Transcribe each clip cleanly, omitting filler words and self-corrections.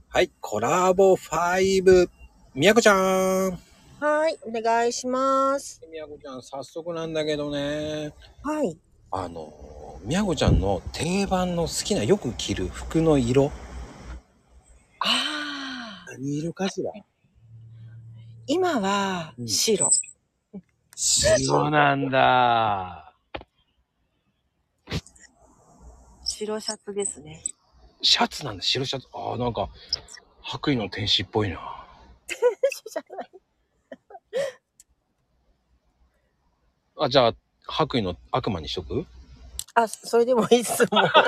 はい、コラボ5。みやこちゃん。 はい、お願いします。 みやこちゃん、早速なんだけどね。 はい。 みやこちゃんの定番の好きなよく着る服の色。 ああ。 何色かしら？ 今はうん。 白。 白なんだ。 白シャツですね。 シャツなんだ、白シャツ。ああ、なんか、白衣の天使っぽいな。 じゃない。 あ、じゃあ、白衣の悪魔にしとく？ あ、それでもいいですもん。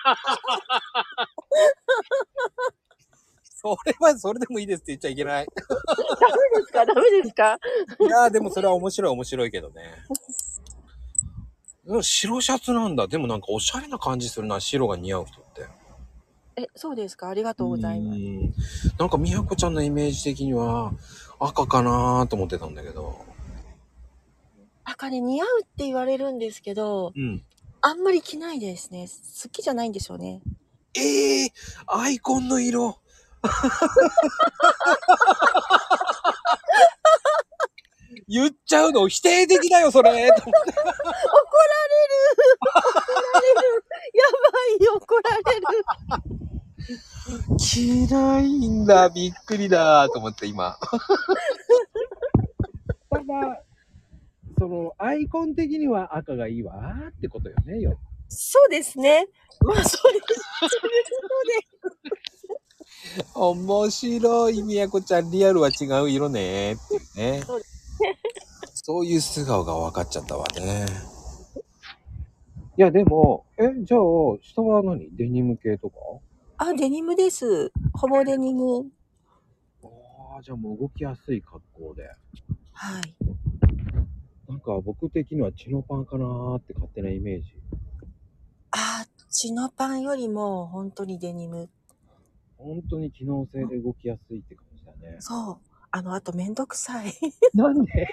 それでもいいですって言っちゃいけない。 ダメですか？ダメですか？ いやー、でもそれは面白いけどね。白シャツなんだ。でもなんかおしゃれな感じするな、白が似合う人って。 そうですか。ありがうとうございます。 ーん。なんかみやこちゃんのイメージ的には赤かなーと思ってたんだけど。 赤ね、似合うって言われるんですけど、 うん。 あんまり着ないですね。好きじゃないんでしょうね。 アイコンの色。言っちゃうの否定的だよ、それ。と思って。 怒られる。怒られる。やばい、怒られる。 着ないんだ。びっくりだと思って今。ただ、アイコン的には赤がいいわーってことよね、よ。 そうですね。まあ、そういうことで。 面白い、みやこちゃん。リアルは違う色ねーっていうね。 そうです。 そういう素顔が分かっちゃったわね。いや、でも、じゃあ、下は何？デニム系とか？ あ、デニムです。ほぼデニム。 ああ、じゃあもう動きやすい格好で。 はい。 なんか僕的にはチノパンかなーって勝手なイメージ。 チノパンよりも本当にデニム。 本当に機能性で動きやすいって感じだね。 そう。あとめんどくさい。 なんで？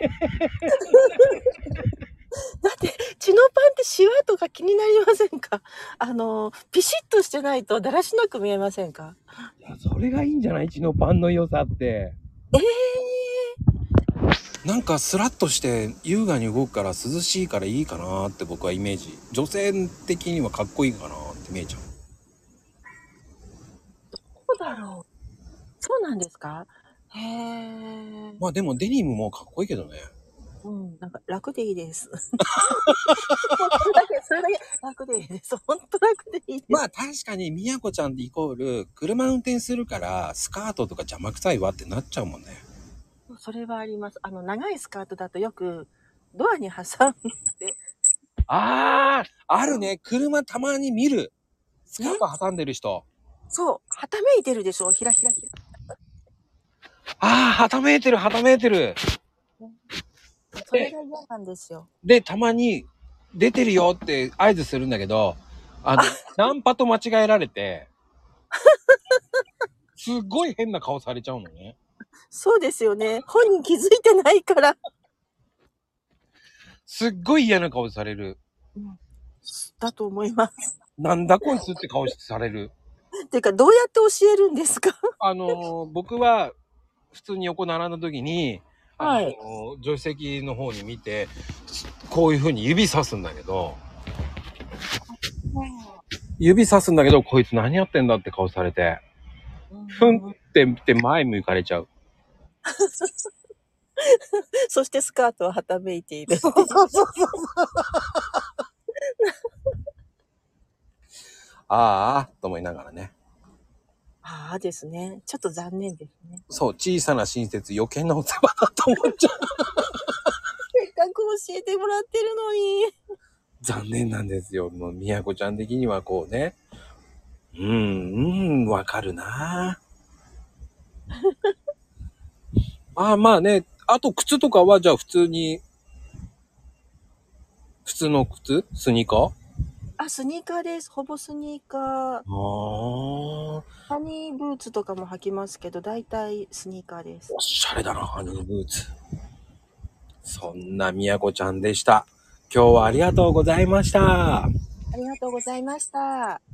だって、チノパンってシワとか気になりませんか？ピシッとしてないとだらしなく見えませんか？ いや、それがいいんじゃない？チノパンの良さって。 ええなんかスラッとして優雅に動くから涼しいからいいかなーって僕はイメージ。女性的にはかっこいいかなーって見えちゃう。 どうだろう。そうなんですか？へえ。 まあでもデニムもかっこいいけどね。 うん、なんか楽でいいです。それだけ楽でいいです。ほんと楽でいいです。 まあ確かにみやこちゃんイコール車運転するからスカートとか邪魔くさいわってなっちゃうもんね。 それはあります。長いスカートだとよくドアに挟んで、 ああ、あるね。車たまに見る。スカーね、 ト挟んでる人。 そう、はためいてるでしょ、ひらひらひら。 ああ、はためいてる、はためいてる。 それが嫌なんですよ。 で、たまに出てるよって合図するんだけど、 あ、 ナンパと間違えられて、すっごい変な顔されちゃうのね。 そうですよね。本人気づいてないから。 すっごい嫌な顔される。 うん、だと思います。 なんだこいつって顔される。 てか、どうやって教えるんですか？ 僕は普通に横並んだ時に、 はい。 助手席の方に見て、こういう風に指さすんだけど、こいつ何やってんだって顔されて、ふんって見て前向かれちゃう。 そしてスカートははためいている。 そうそうそうそう。ああ、と思いながらね。 ああですね。ちょっと残念ですね。 そう、小さな親切、余計なお世話だと思っちゃう。 せっかく教えてもらってるのに。 残念なんですよ。もう、みやこちゃん的にはこうね。わかるな。まあね。あと、靴とかは、じゃあ普通の靴スニーカー？ スニーカーです。ほぼスニーカー。 ああ、 ハニーブーツとかも履きますけど、だいたいスニーカーです。 おしゃれだな、ハニーブーツ。そんなみやこちゃんでした。今日はありがとうございました。 ありがとうございました。